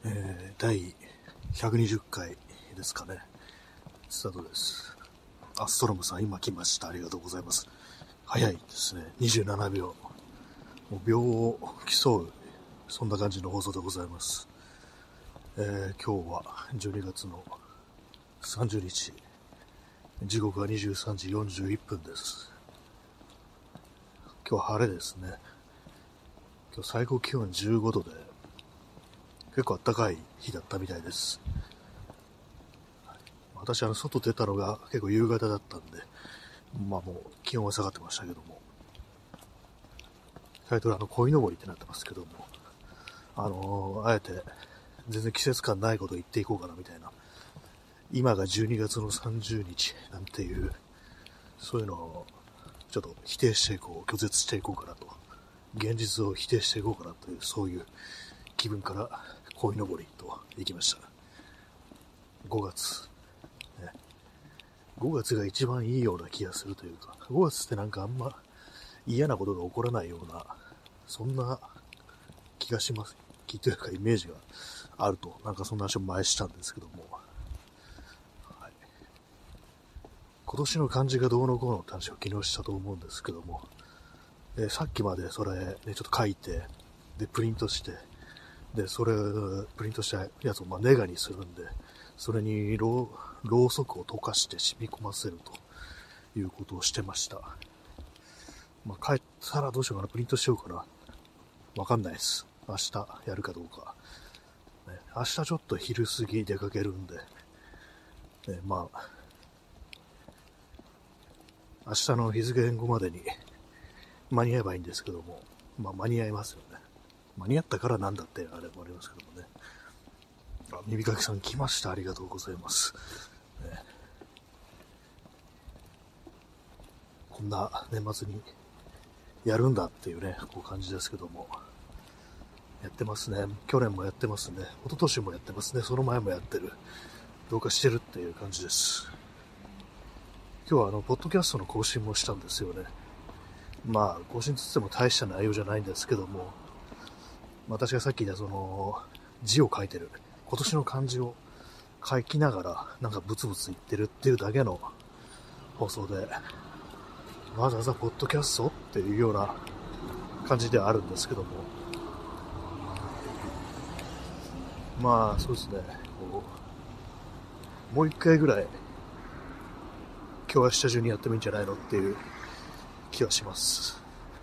第120回ですかね。スタートです。アストロムさん、今来ました。ありがとうございます。早いですね。27秒。もう秒を競う、そんな感じの放送でございます。今日は12月の30日。時刻は23時41分です。今日は晴れですね。今日最高気温15度で、結構暖かい日だったみたいです。私外出たのが結構夕方だったんで、もう気温は下がってましたけども、タイトル鯉のぼりってなってますけども、あえて全然季節感ないことを言っていこうかなみたいな、今が12月の30日なんていう、そういうのをちょっと否定していこう、拒絶していこうかなと、現実を否定していこうかなという、そういう気分から鯉のぼりと行きました。5月、ね、5月が一番いいような気がするというか、5月ってなんかあんま嫌なことが起こらないような、そんな気がします。気というかイメージがあると、なんかそんな話を前したんですけども、はい、今年の漢字がどうのこうのって話を昨日したと思うんですけども、さっきまでそれ、ね、ちょっと書いて、でプリントして、でそれプリントしたやつをネガにするんで、それにろうそくを溶かして染み込ませるということをしてました。帰ったらどうしようかな、プリントしようかな。わかんないです。明日やるかどうか。ね、明日ちょっと昼過ぎ出かけるんで、明日の日付変更までに間に合えばいいんですけども、間に合いますよね。間に合ったからなんだってあれもありますけどもね。耳かきさん来ました。ありがとうございます。こんな年末にやるんだっていうね、こう感じですけども。やってますね。去年もやってますね。一昨年もやってますね。その前もやってる。どうかしてるっていう感じです。今日はポッドキャストの更新もしたんですよね。更新つっても大した内容じゃないんですけども、私がさっき言った字を書いてる。今年の漢字を書きながら、なんかブツブツ言ってるっていうだけの放送で、わざわざポッドキャストっていうような感じではあるんですけども、そうですね、もう一回ぐらい今日は明日中にやってもいいんじゃないのっていう気はします。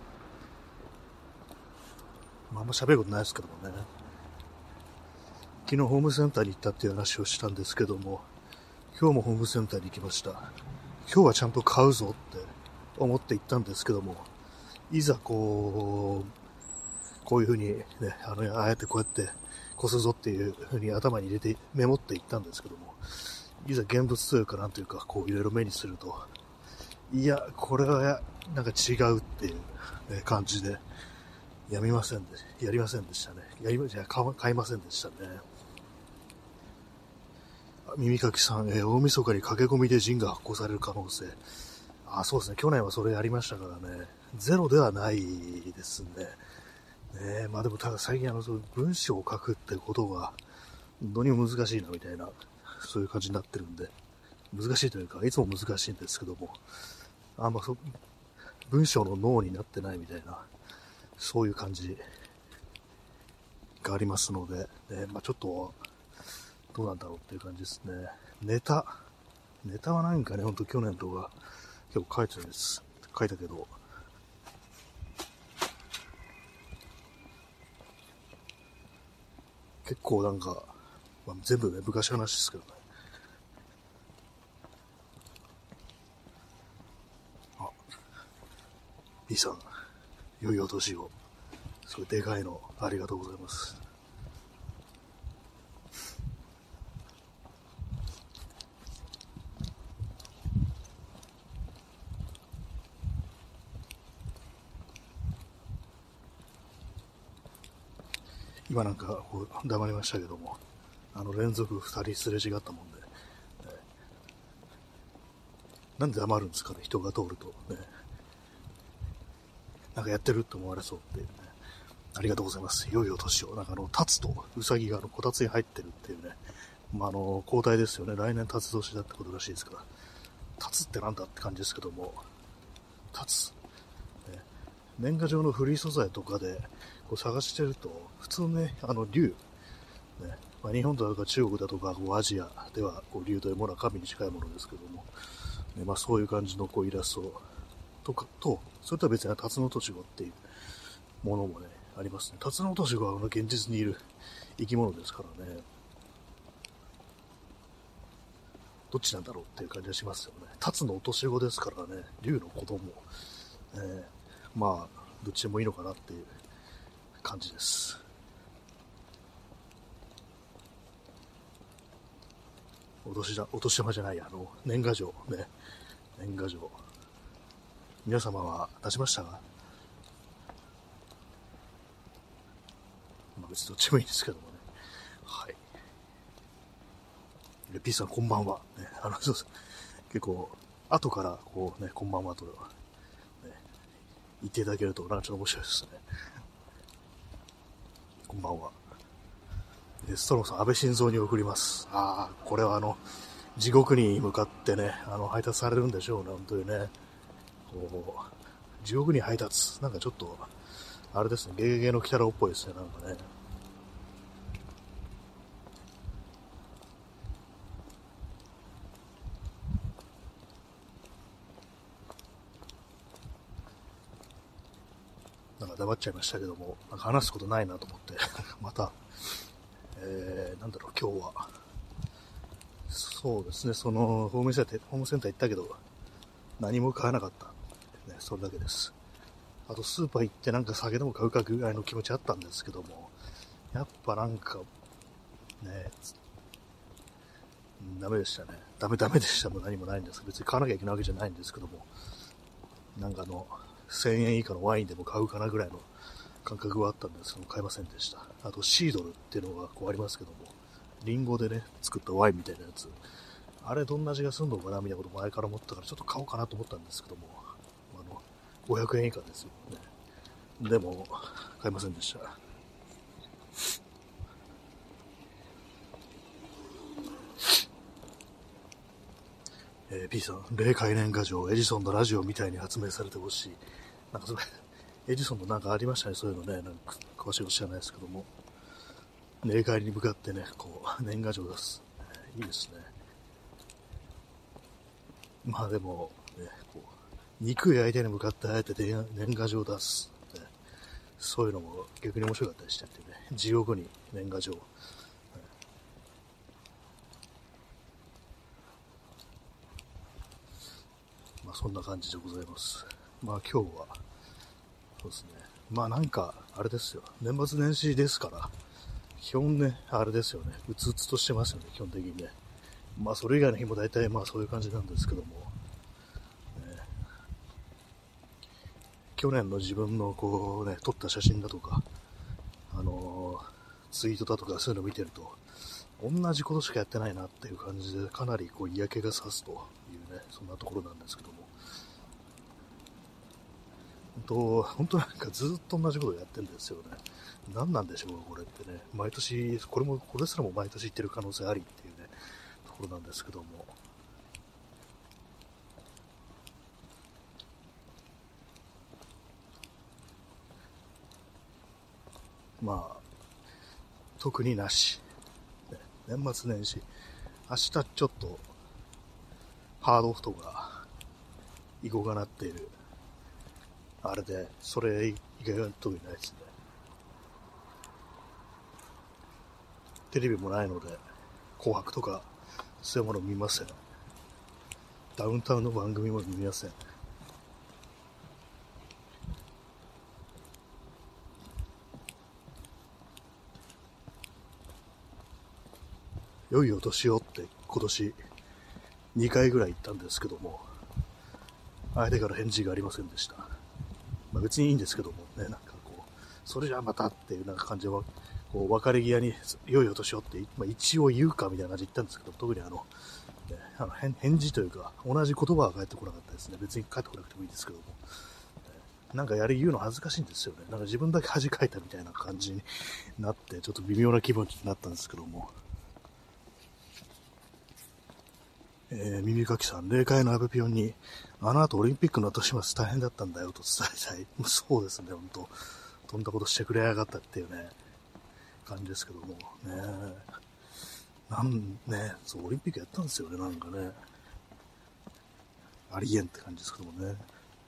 あんま喋ることないですけどもね。昨日ホームセンターに行ったっていう話をしたんですけども、今日もホームセンターに行きました。今日はちゃんと買うぞって思って行ったんですけども、いざこういう風にね、あえてこうやってこすぞっていう風に頭に入れてメモっていったんですけども、いざ現物というかなんというかいろいろ目にすると、いやこれはなんか違うっていう、感じでやりませんでしたね。買いませんでしたね。耳かきさん、大晦日に駆け込みでジンが発行される可能性。そうですね。去年はそれやりましたからね。ゼロではないですね。でもただ最近その文章を書くってことがどうにも難しいなみたいな、そういう感じになってるんで、難しいというかいつも難しいんですけども、文章の脳になってないみたいな、そういう感じがありますので、ちょっとどうなんだろうっていう感じですね。ネタはなんかね、ほんと去年とか結構書いたけど、結構なんか、全部ね、昔話ですけどね。B さん、良いお年を。すごいでかいの、ありがとうございます。今なんか黙りましたけども、連続2人すれ違ったもんで、なんで黙るんですかね、人が通るとね。なんかやってるって思われそうっていうね。 ありがとうございます。良いお年を。なんかタツとウサギがこたつに入ってるっていうね。交代ですよね。来年タツ年だってことらしいですから。タツってなんだって感じですけども、タツ。ね、年賀状のフリー素材とかでこう探してると、普通ね、竜、ね、日本だとか中国だとかアジアでは竜というものは神に近いものですけども、ね、そういう感じのイラストとかと、それとは別にタツノオトシゴっていうものもね、ありますね。タツノオトシゴは現実にいる生き物ですからね。どっちなんだろうっていう感じがしますよね。タツの落とし子ですからね、竜の子供。どっちでもいいのかなっていう感じです。お年玉じゃない、年賀状ね。年賀状。皆様は出しましたか？別にどっちもいいんですけどもね。はい。P さんこんばんは。ね、そうです。結構、後からこんばんはと、ね、言っていただけると、ちょっと面白いですね。こんばんは。ストロムさん、安倍晋三に送ります。これは地獄に向かってね、配達されるんでしょうね、本当にね。地獄に配達。なんかちょっと、あれですね、ゲゲゲの鬼太郎っぽいですね、なんかね。なんか黙っちゃいましたけども、なんか話すことないなと思って、また、なんだろう、今日は。そうですね、ホームセンター行ったけど、何も買わなかった。ね、それだけです。あとスーパー行ってなんか酒でも買うかぐらいの気持ちあったんですけども、やっぱなんか、ね、ダメでしたね。ダメでした。もう何もないんです。別に買わなきゃいけないわけじゃないんですけども、なんか1000円以下のワインでも買うかなぐらいの感覚はあったんですけど、買いませんでした。あとシードルっていうのがありますけども、リンゴでね、作ったワインみたいなやつ。あれどんな味がするのかなみたいなこと前から思ったからちょっと買おうかなと思ったんですけども、500円以下ですよね。でも、買いませんでした。P さん、霊界年賀状、エジソンのラジオみたいに発明されてほしい。なんかそれ、エジソンのなんかありましたね、そういうのね。なんか詳しいこと知らないですけども。霊界に向かってね、年賀状を出す。いいですね。でも、ね、憎い相手に向かってあえて年賀状を出す、ね。そういうのも逆に面白かったりしててね。地獄に年賀状。そんな感じでございます。今日は、そうですね。なんか、あれですよ。年末年始ですから、基本ね、あれですよね。うつうつとしてますよね、基本的にね。それ以外の日も大体そういう感じなんですけども、去年の自分の撮った写真だとか、ツイートだとかそういうのを見てると、同じことしかやってないなっていう感じで、かなり嫌気がさすというね、そんなところなんですけども、本当なんかずっと同じことをやってるんですよね。何なんでしょうか、これってね。毎年、これすらも毎年言ってる可能性ありっていうね、ところなんですけども。特になし。ね、年末年始。明日ちょっと、ハードオフとか、行こうかなっていう、あれで、それ以外は特にないですね。テレビもないので、紅白とか、そういうものを見ません。ダウンタウンの番組も見ません。良いお年をって今年2回ぐらい言ったんですけども、相手から返事がありませんでした。別にいいんですけどもね、なんかそれじゃあまたっていうなんか感じは、別れ際に良いお年をって、一応言うかみたいな感じで言ったんですけど、特に返事というか、同じ言葉は返ってこなかったですね。別に返ってこなくてもいいですけども。 なんか言うの恥ずかしいんですよね。なんか自分だけ恥かいたみたいな感じになって、ちょっと微妙な気分になったんですけども。耳かきさん、霊界のアベピオンに、あの後オリンピックの後始末大変だったんだよと伝えたい。そうですね、本当とんだことしてくれやがったっていうね、感じですけども。そう、オリンピックやったんですよね、なんかね。ありえんって感じですけどもね。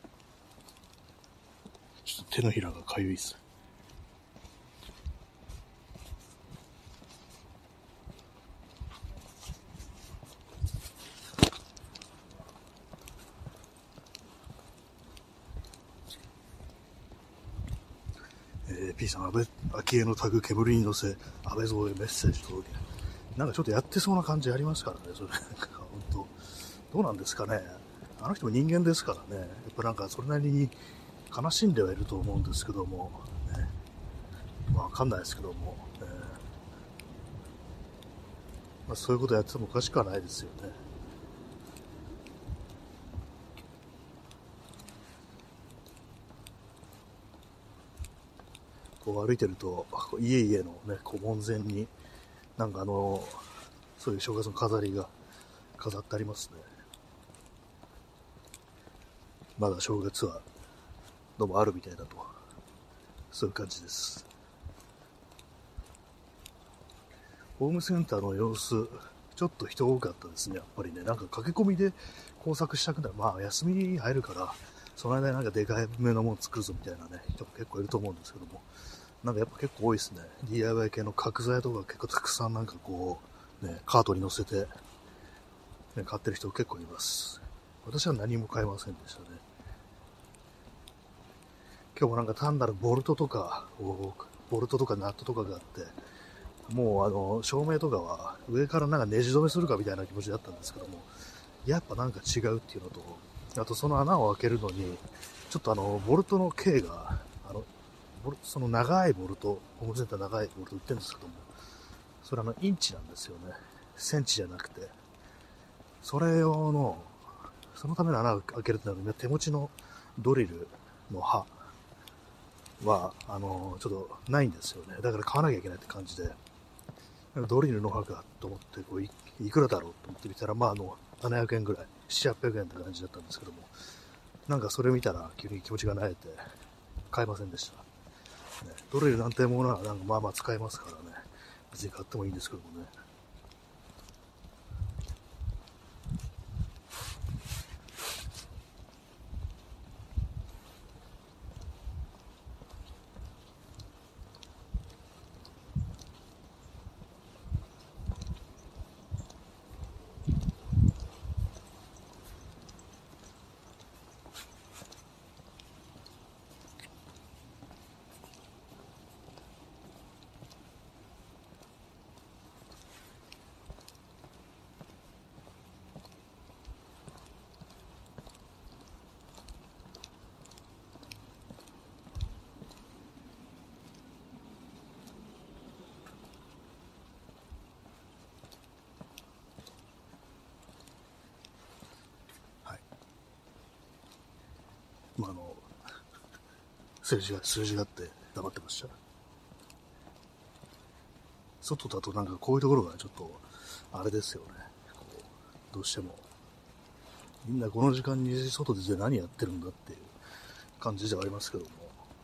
ちょっと手のひらがかゆいっす。P さん、安倍昭恵のタグ煙に乗せ、安倍蔵へメッセージ届け。なんかちょっとやってそうな感じありますからね、それ。なんか本当、どうなんですかね。あの人も人間ですからね。やっぱなんかそれなりに悲しんではいると思うんですけども、ね、わかんないですけども、そういうことやっててもおかしくはないですよね。こう歩いてると、家々のね、こう門前に、なんかそういう正月の飾りが飾ってありますね。まだ正月はどうもあるみたいだと。そういう感じです。ホームセンターの様子、ちょっと人多かったですね、やっぱりね。なんか駆け込みで工作したくない。まあ休み入るから、その間になんかでかいめのもの作るぞみたいなね、人も結構いると思うんですけども。なんかやっぱ結構多いですね。DIY 系の角材とか結構たくさんなんかこう、ね、カートに乗せて、ね、買ってる人結構います。私は何も買いませんでしたね。今日もなんか単なるボルトとかナットとかがあって、もう照明とかは上からなんかネジ止めするかみたいな気持ちだったんですけども、やっぱなんか違うっていうのと、あとその穴を開けるのに、ちょっとボルトの径が、その長いボルト、ホームセンター長いボルト売ってるんですけども、それインチなんですよね。センチじゃなくて。それ用の、そのための穴を開けるってなると、手持ちのドリルの刃は、ちょっとないんですよね。だから買わなきゃいけないって感じで、ドリルの刃かと思って、いくらだろうと思ってみたら、700円ぐらい、7、800円って感じだったんですけども、なんかそれ見たら急に気持ちが慣れて、買えませんでした。ドリルなんてものはなんかまあまあ使えますからね。別に買ってもいいんですけどもね。はい。数字があって黙ってました。外だとなんかこういうところがちょっと、あれですよね。どうしても。みんなこの時間に外で何やってるんだっていう感じではありますけども。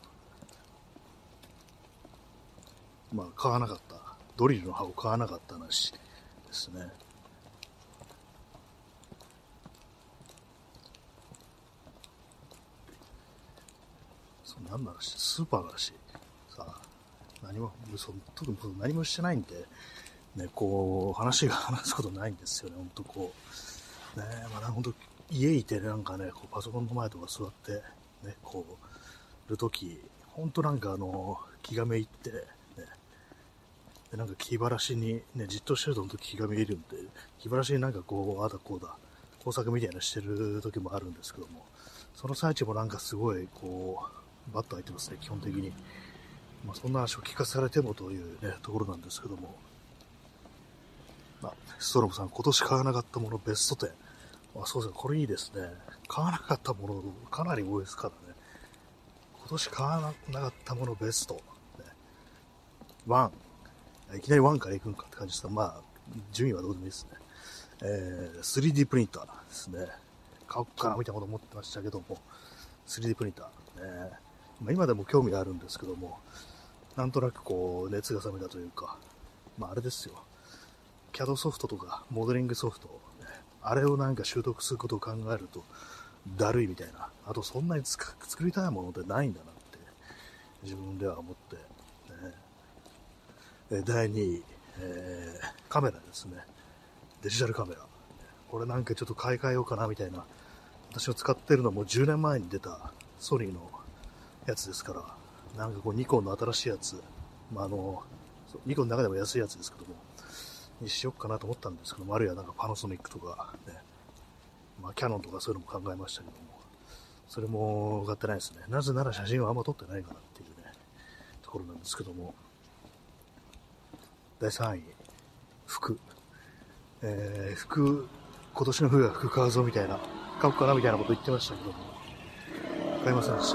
買わなかった。ドリルの刃を買わなかった話ですね。何の話？スーパーの話。さあ、特に何もしてないんで、ね、話すことないんですよね、本当こう。ね、本当家いてなんかね、パソコンの前とか座って、ね、るとき、本当なんか気がめいって、ね、でなんか気晴らしに、ね、じっとしてると本当気がめいるんで、気晴らしになんかああだこうだ、工作みたいなしてる時もあるんですけども、その最中もなんかすごい、バッと開いてますね、基本的に。そんな話を聞かされてもというね、ところなんですけども。ストロムさん、今年買わなかったものベスト10。そうですね、これいいですね。買わなかったもの、かなり多いですからね。 今年買わなかったものベスト、ね、1、いきなり1から行くんかって感じですが、まあ、順位はどうでもいいですね。3D プリンターですね。買おうかなみたいなこと思ってましたけども、3D プリンター、ね、まあ、今でも興味があるんですけども、なんとなくこう、熱が冷めたというか、まああれですよ。CAD ソフトとか、モデリングソフト、ね、あれをなんか習得することを考えると、だるいみたいな。あとそんなに作りたいものってないんだなって、自分では思って、ね、第2位、カメラですね。デジタルカメラ。これなんかちょっと買い替えようかなみたいな。私の使ってるのはもう10年前に出たソニーのやつですから、なんかこうニコンの新しいやつ、まあニコンの中でも安いやつですけども、にしようかなと思ったんですけども、あるいはなんかパナソニックとかね、まあキャノンとかそういうのも考えましたけども、それも買ってないですね。なぜなら写真はあんま撮ってないからっていうね、ところなんですけども、第3位、服。今年の冬は服買うぞみたいな、買おうかなみたいなこと言ってましたけども、買いませんでした。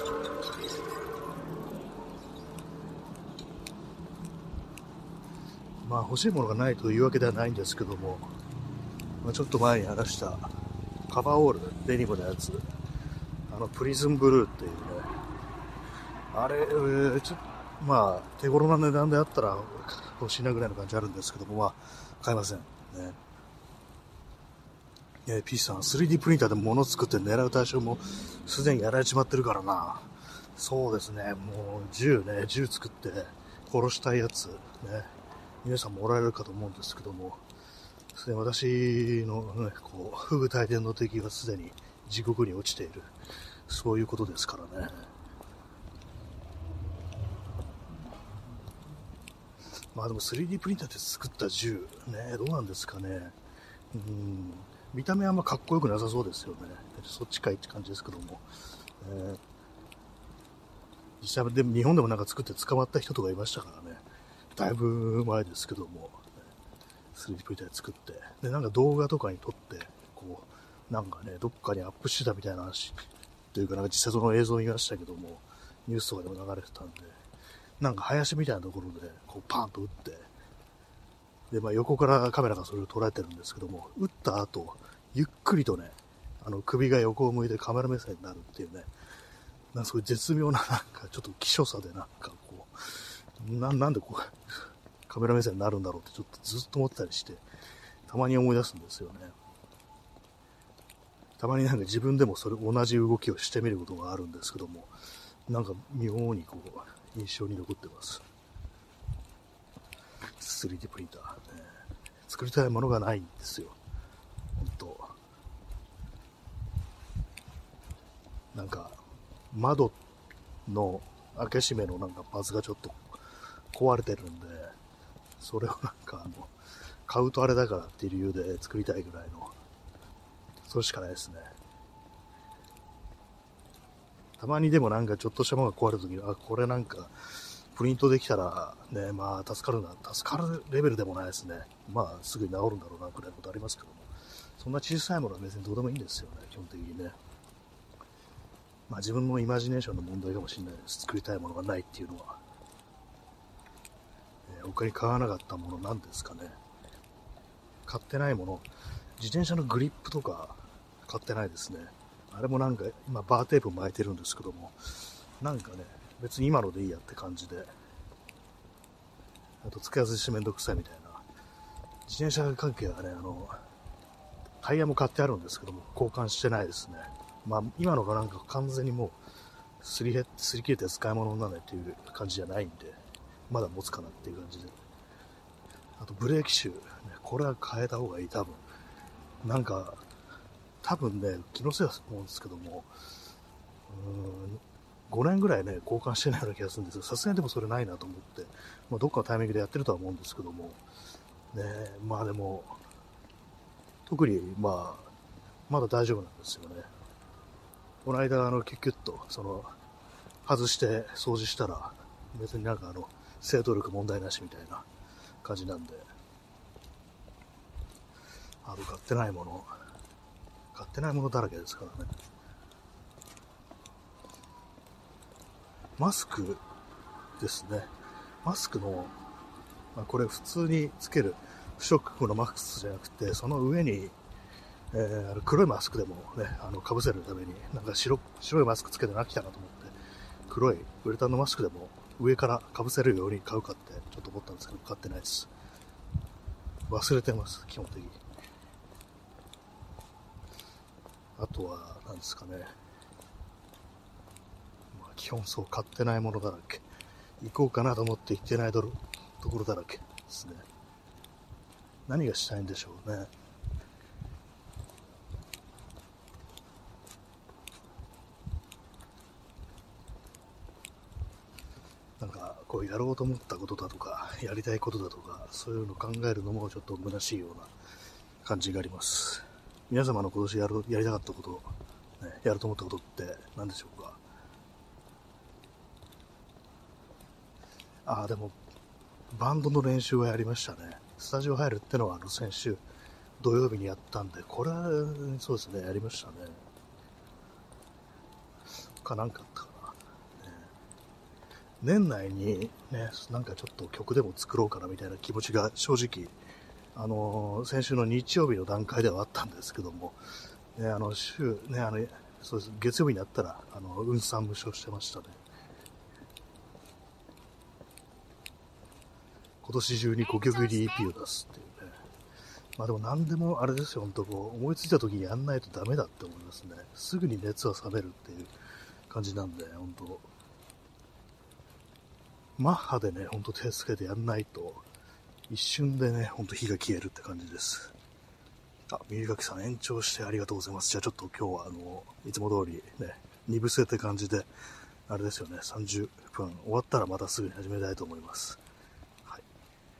まあ欲しいものがないというわけではないんですけども、まあ、ちょっと前に話したカバーオール、デニムのやつ、プリズンブルーっていうね、あれ、まあ手頃な値段であったら欲しいなぐらいの感じあるんですけども、まあ買いませんね。P さん、3D プリンターで物を作って狙う対象もすでにやられちまってるからな。そうですね、もう銃作って殺したいやつ、ね、皆さんもおられるかと思うんですけども、私の、ね、こう、不倶戴天の敵はすでに地獄に落ちている。そういうことですからね。まあでも 3D プリンターで作った銃、ね、どうなんですかね。見た目はあんまかっこよくなさそうですよね。そっちかいって感じですけども。実際でも日本でもなんか作って捕まった人とかいましたからね。だいぶ前ですけども、3D プリンターで作って。で、なんか動画とかに撮って、こう、なんかね、どっかにアップしてたみたいな話、というかなんか実際その映像を見ましたけども、ニュースとかでも流れてたんで、なんか林みたいなところで、こうパーンと撃って、で、まあ横からカメラがそれを捉えてるんですけども、撃った後、ゆっくりとね、首が横を向いてカメラ目線になるっていうね、なんかそういう絶妙ななんかちょっと希少さでなんかこう、なんでこう、カメラ目線になるんだろうってちょっとずっと思ってたりして、たまに思い出すんですよね。たまになんか自分でもそれ同じ動きをしてみることがあるんですけども、なんか妙にこう、印象に残ってます。3D プリンター、作りたいものがないんですよ。本当。なんか、窓の開け閉めのなんかパーツがちょっと壊れてるんで、それをなんか買うとあれだからっていう理由で作りたいぐらいの、それしかないですね。たまにでもなんかちょっとしたものが壊れた時に、あ、これなんか、プリントできたら、ね、まあ、助かるレベルでもないですね。まあ、すぐに治るんだろうな、くらいのことありますけども。そんな小さいものは別にどうでもいいんですよね、基本的にね。まあ、自分のイマジネーションの問題かもしれないです。作りたいものがないっていうのは。他に買わなかったものなんですかね。買ってないもの。自転車のグリップとか買ってないですね。あれもなんか今バーテープ巻いてるんですけども、なんかね、別に今のでいいやって感じで、あと付け外しめんどくさいみたいな。自転車関係はね、タイヤも買ってあるんですけども、交換してないですね。まあ今のがなんか完全にもうすり切れて使い物にならないっていう感じじゃないんで、まだ持つかなっていう感じで。あとブレーキシュー、ね、これは変えた方がいい、多分。なんか、多分ね、気のせいだと思うんですけども、5年ぐらいね、交換してないような気がするんですよ。さすがにでもそれないなと思って、まあ、どっかのタイミングでやってるとは思うんですけども、ね、まあでも、特に、まあ、まだ大丈夫なんですよね。この間、キュッキュッと、外して掃除したら、別になんか正答力問題なしみたいな感じなんで、買ってないものだらけですからね。 マスクですね。マスクの、これ普通につける不織布のマスクじゃなくて、その上に、黒いマスクでもね、被せるために、なんか白いマスクつけて飽きたなと思って、黒いウレタンのマスクでも上から被せるように買うかってちょっと思ったんですけど、買ってないです。忘れてます、基本的に。あとは、何ですかね。基本そう、買ってないものだらけ。行こうかなと思って行ってないところだらけですね。何がしたいんでしょうね。なんかこうやろうと思ったことだとかやりたいことだとかそういうのを考えるのもちょっと虚しいような感じがあります。皆様の今年やりたかったこと、ね、やると思ったことって何でしょうか。でもバンドの練習はやりましたね。スタジオ入るってのは先週土曜日にやったんで、これはそうですね、やりましたね。なんかあったかな。年内にね、なんかちょっと曲でも作ろうかなみたいな気持ちが正直、先週の日曜日の段階ではあったんですけども、ね、そうです、月曜日になったら、運算無償してましたね。今年中に5曲入り EP を出すっていうね。でも何でもあれですよ、本当こう、思いついた時にやんないとダメだって思いますね。すぐに熱は冷めるっていう感じなんで、本当マッハでね、ほんと手つけてやんないと、一瞬でね、ほんと火が消えるって感じです。耳かきさん延長してありがとうございます。じゃあちょっと今日はいつも通りね、二部制って感じで、あれですよね、30分終わったらまたすぐに始めたいと思います。はい。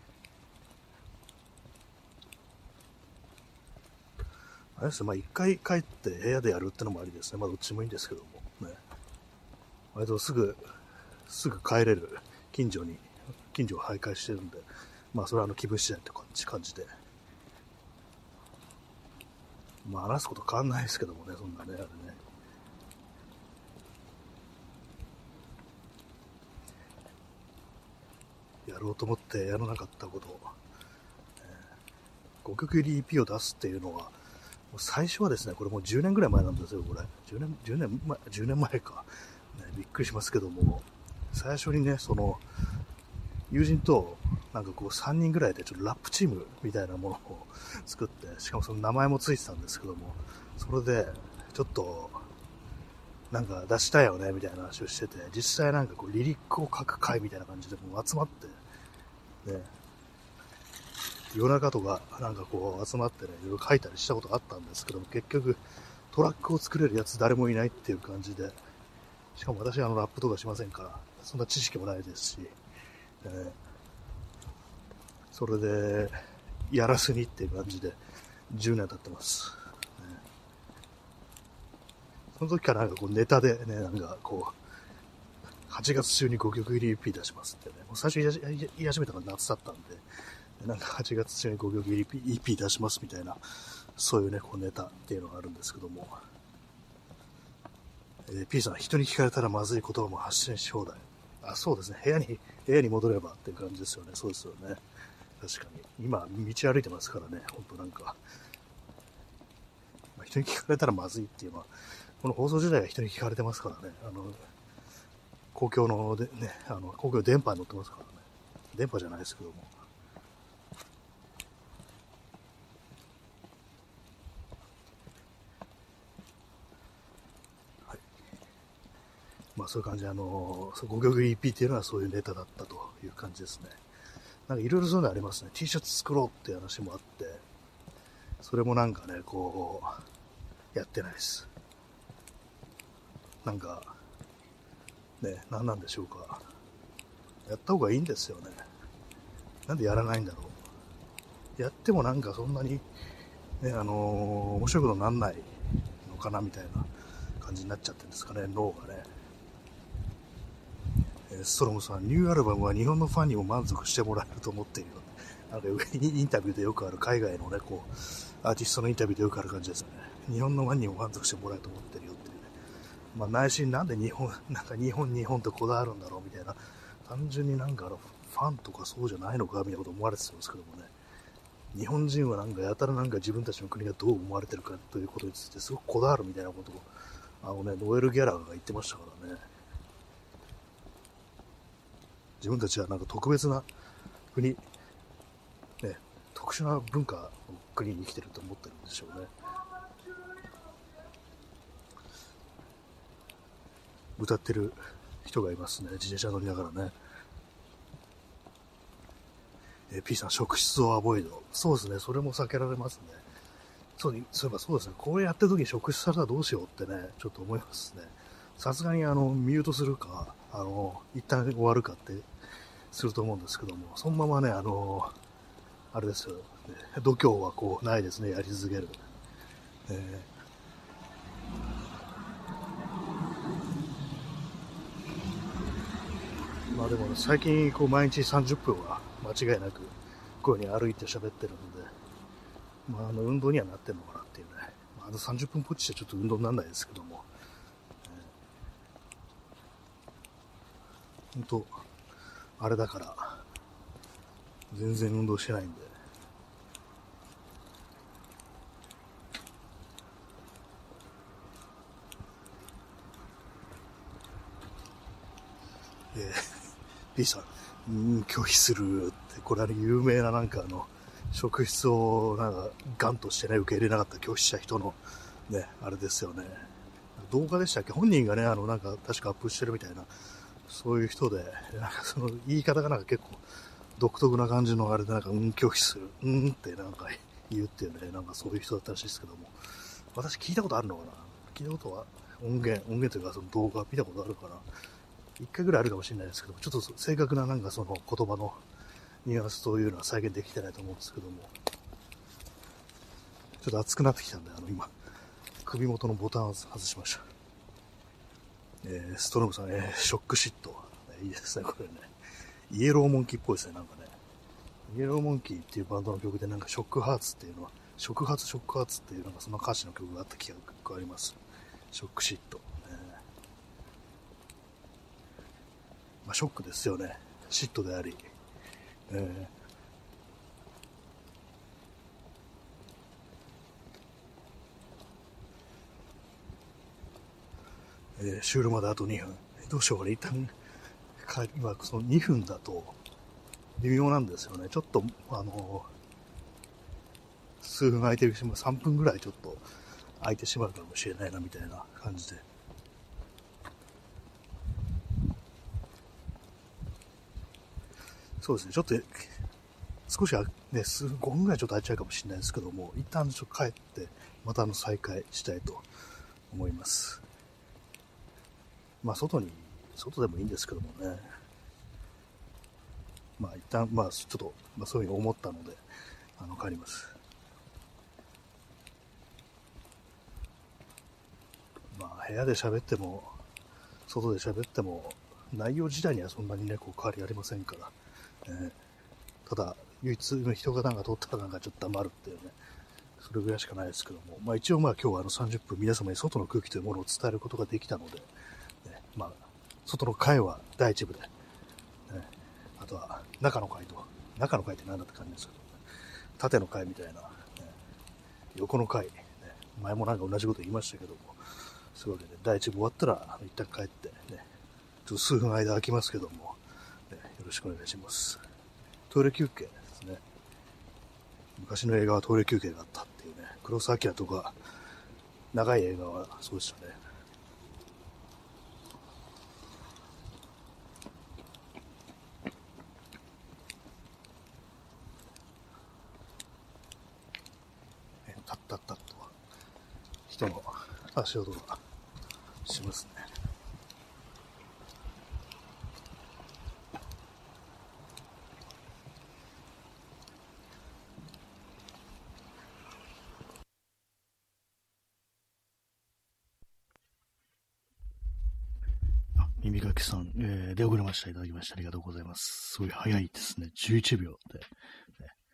あれですね、一回帰って部屋でやるってのもありですね。どっちもいいんですけども、ね。割とすぐ帰れる近所を徘徊してるんで、それは気分次第って感じで。話すこと変わんないですけどもね、そんなね、あれね。やろうと思ってやらなかったこと、5曲入り EP を出すっていうのは、最初はですね、これもう10年ぐらい前なんですよ、これ。10年前か。ね、びっくりしますけども、最初にね、友人と、3人ぐらいでちょっとラップチームみたいなものを作って、しかもその名前もついてたんですけども、それで、ちょっと、出したいよね、みたいな話をしてて、実際リリックを書く会みたいな感じでもう集まって、ね、夜中とか集まってね、いろいろ書いたりしたことがあったんですけども、結局、トラックを作れるやつ誰もいないっていう感じで、しかも私はラップとかしませんから、そんな知識もないですし、それで、やらずにっていう感じで、10年経ってます。その時からネタでね、8月中に5曲入り EP 出しますってね、もう最初言い始めたのが夏だったんで、8月中に5曲入り EP 出しますみたいな、そういうね、ネタっていうのがあるんですけども、P さん、人に聞かれたらまずい言葉も発信し放題。そうですね、部屋に戻ればっていう感じですよね。そうですよね。確かに。今、道歩いてますからね、ほんと人に聞かれたらまずいっていうのは、この放送自体は人に聞かれてますからね。公共ので、ね、公共電波に乗ってますからね。電波じゃないですけども。はい。そういう感じで、5曲 EP っていうのはそういうネタだったという感じですね。いろいろそういうのありますね。T シャツ作ろうっていう話もあって、それもやってないです。ね、何なんでしょうか。やった方がいいんですよね。なんでやらないんだろう。やってもそんなに、ね、面白いことになんないのかなみたいな感じになっちゃってるんですかね、脳がね。ストロムさん、ニューアルバムは日本のファンにも満足してもらえると思っているよ。インタビューでよくある海外のね、アーティストのインタビューでよくある感じですよね。日本のファンにも満足してもらえると思ってるよっていうね、 まあ、内心なんで日本、なんか日本ってこだわるんだろうみたいな、単純になんかファンとかそうじゃないのかみたいなこと思われてたんですけどもね、日本人はなんかやたらなんか自分たちの国がどう思われてるかということについてすごくこだわるみたいなことを、ノエル・ギャラーが言ってましたからね。自分たちはなんか特別な国、ね、特殊な文化の国に生きてると思ってるんでしょうね。歌ってる人がいますね。自転車乗りながらね。P さん、職質をアボイド。そうですね。それも避けられますね。そういえばそうですね。これやってる時に職質されたらどうしようってね、ちょっと思いますね。さすがにミュートするか、一旦終わるかってすると思うんですけども、そのままね、あれですよ、ね、度胸はこうないですね、やり続ける。まあでも最近こう毎日30分は間違いなくこういう風に歩いて喋ってるんで、まあ運動にはなってるのかなっていうね。30分ポッチじゃちょっと運動にならないですけども、本当あれだから全然運動してないんで。P さん、拒否するって、これ有名ななんか職質をなんかガンとしてね、受け入れなかった拒否した人のね、あれですよね。動画でしたっけ、本人がね、なんか確かアップしてるみたいな、そういう人で、なんかその言い方がなんか結構独特な感じのあれでなんか、拒否する、ってなんか言うっていうね、なんかそういう人だったらしいですけども、私聞いたことあるのかな、聞いたことは、音源というかその動画見たことあるかな、一回ぐらいあるかもしれないですけども、ちょっと正確ななんかその言葉のニュアンスというのは再現できてないと思うんですけども、ちょっと熱くなってきたんで、今、首元のボタンを外しました。ストロムさん、ショックシット。いいですね、これね。イエローモンキーっぽいですね、なんかね。イエローモンキーっていうバンドの曲で、なんかショックハーツっていうのは、ショックハーツっていうなんかその歌詞の曲があった記憶があります。ショックシット。まあ、ショックですよね。シットであり。終了まであと2分。どうしようかね、一旦、今、その2分だと、微妙なんですよね。ちょっと、数分空いてるし、3分ぐらいちょっと空いてしまうかもしれないな、みたいな感じで。そうですね、ちょっと、少しね、5分ぐらいちょっと空いちゃうかもしれないですけども、一旦ちょっと帰って、また再開したいと思います。まあ、外でもいいんですけどもね。まあ、一旦、まあ、ちょっと、まあ、そういうふうに思ったので、帰ります。まあ、部屋で喋っても、外で喋っても、内容自体にはそんなにね、こう変わりありませんから、ただ、唯一の人がなんか通ったらなんかちょっと黙るっていうね、それぐらいしかないですけども、まあ一応まあ今日は30分皆様に外の空気というものを伝えることができたので、ね、まあ、外の会は第一部で、ね、あとは中の会って何だって感じですけど、縦の会みたいな、ね、横の会、ね、前もなんか同じこと言いましたけども、そういうわけで第一部終わったら一旦帰ってね、ちょっと数分間空きますけども、ね、よろしくお願いします。トイレ休憩ですね。昔の映画はトイレ休憩があったっていうね、黒澤明とか長い映画はそうでしたね。タッタッタッと人の足音がしますね。耳かきさん、出遅れました。いただきました。ありがとうございます。すごい早いですね。11秒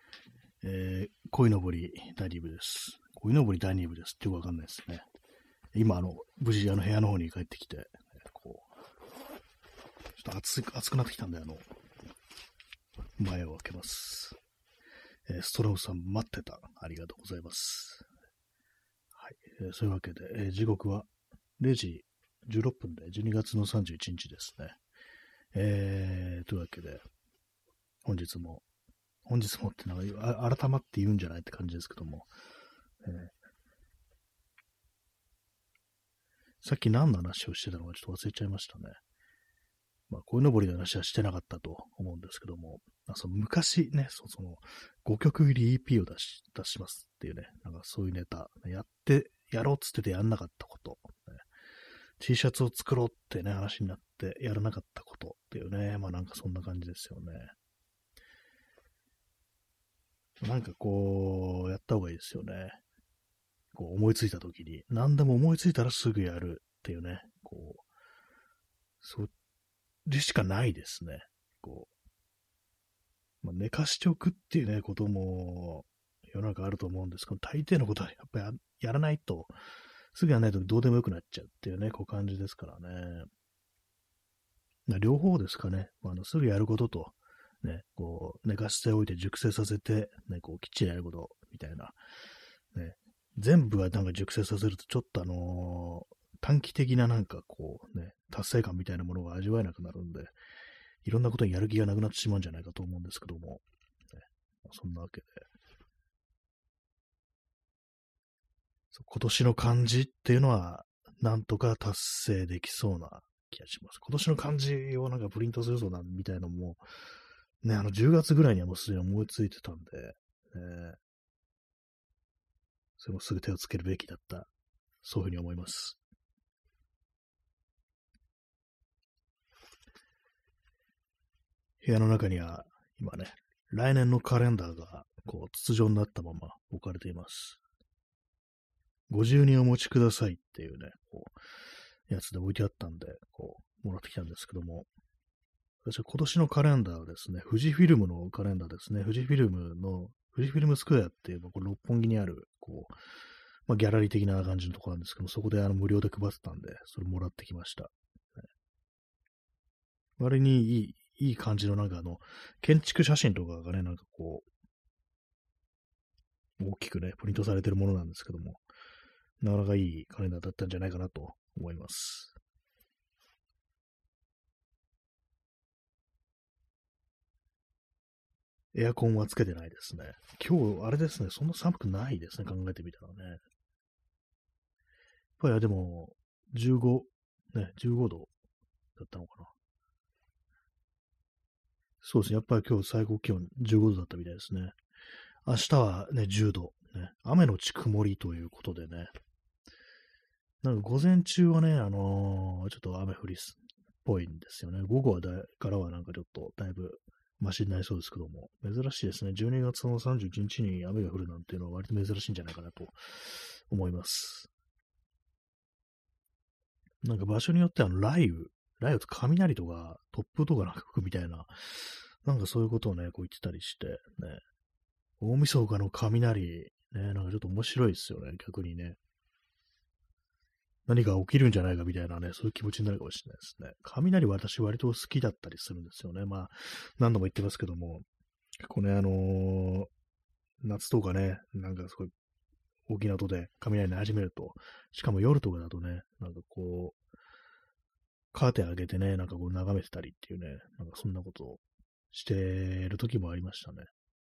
で。鯉のぼり第2部です。鯉のぼり第2部ですってよくわかんないですね。 今、無事、部屋の方に帰ってきて、こう、ちょっと暑くなってきたんで、前を開けます。ストロムさん、待ってた。ありがとうございます。はい。そういうわけで、時刻は0時16分で、12月の31日ですね。というわけで、本日もってなんか、改まって言うんじゃないって感じですけども、さっき何の話をしてたのかちょっと忘れちゃいましたね。まあ、鯉のぼりの話はしてなかったと思うんですけども、その昔ね、その5曲入り EP を出しますっていうね、なんかそういうネタ、やろうっつっててやんなかったこと、ね、T シャツを作ろうってね、話になってやらなかったことっていうね、まあなんかそんな感じですよね。なんかこう、やった方がいいですよね。こう思いついた時に、何でも思いついたらすぐやるっていうね、こう、それしかないですね。こう、まあ、寝かしておくっていうね、ことも世の中あると思うんですけど、大抵のことはやっぱりやらないと、すぐやらないとどうでもよくなっちゃうっていうね、こう感じですからね。両方ですかね。すぐやることと、ね、こう、寝かしておいて熟成させて、ね、こう、きっちりやることみたいな、ね、全部はなんか熟成させると、ちょっと短期的ななんかこうね、達成感みたいなものが味わえなくなるんで、いろんなことにやる気がなくなってしまうんじゃないかと思うんですけども、ね、そんなわけで。今年の漢字っていうのは、なんとか達成できそうな気がします。今年の漢字をなんかプリントするぞみたいなのも、ね、10月ぐらいにはもうすでに思いついてたんで、それもすぐ手をつけるべきだった。そういうふうに思います。部屋の中には、今ね、来年のカレンダーが、こう、筒状になったまま置かれています。ご自由にお持ちくださいっていうね、こう、やつで置いてあったんで、こう、もらってきたんですけども、私は今年のカレンダーはですね、富士フィルムのカレンダーですね、富士フィルムスクエアっていう、こう六本木にある、こう、まあ、ギャラリー的な感じのところなんですけども、そこで無料で配ってたんで、それもらってきました。割にいい感じのなんか建築写真とかがね、なんかこう、大きくね、プリントされてるものなんですけども、なかなかいいカレンダーだったんじゃないかなと思います。エアコンはつけてないですね。今日、あれですね、そんな寒くないですね、考えてみたらね。やっぱりでも、15度だったのかな。そうですね、やっぱり今日最高気温15度だったみたいですね。明日はね、10度。ね、雨のち曇りということでね。なんか午前中はね、ちょっと雨降りっぽいんですよね。午後からはなんかちょっとだいぶマシになりそうですけども、珍しいですね。12月の31日に雨が降るなんていうのは割と珍しいんじゃないかなと思います。なんか場所によっては雷雨と雷とか突風とかなんか吹くみたいな、なんかそういうことをね、こう言ってたりして、ね、大晦日の雷、ね、なんかちょっと面白いですよね、逆にね。何か起きるんじゃないかみたいなね、そういう気持ちになるかもしれないですね。雷は私割と好きだったりするんですよね。まあ、何度も言ってますけども、結構ね、夏とかね、なんかすごい大きな音で雷鳴り始めると、しかも夜とかだとね、なんかこう、カーテン開けてね、なんかこう眺めてたりっていうね、なんかそんなことをしてる時もありましたね。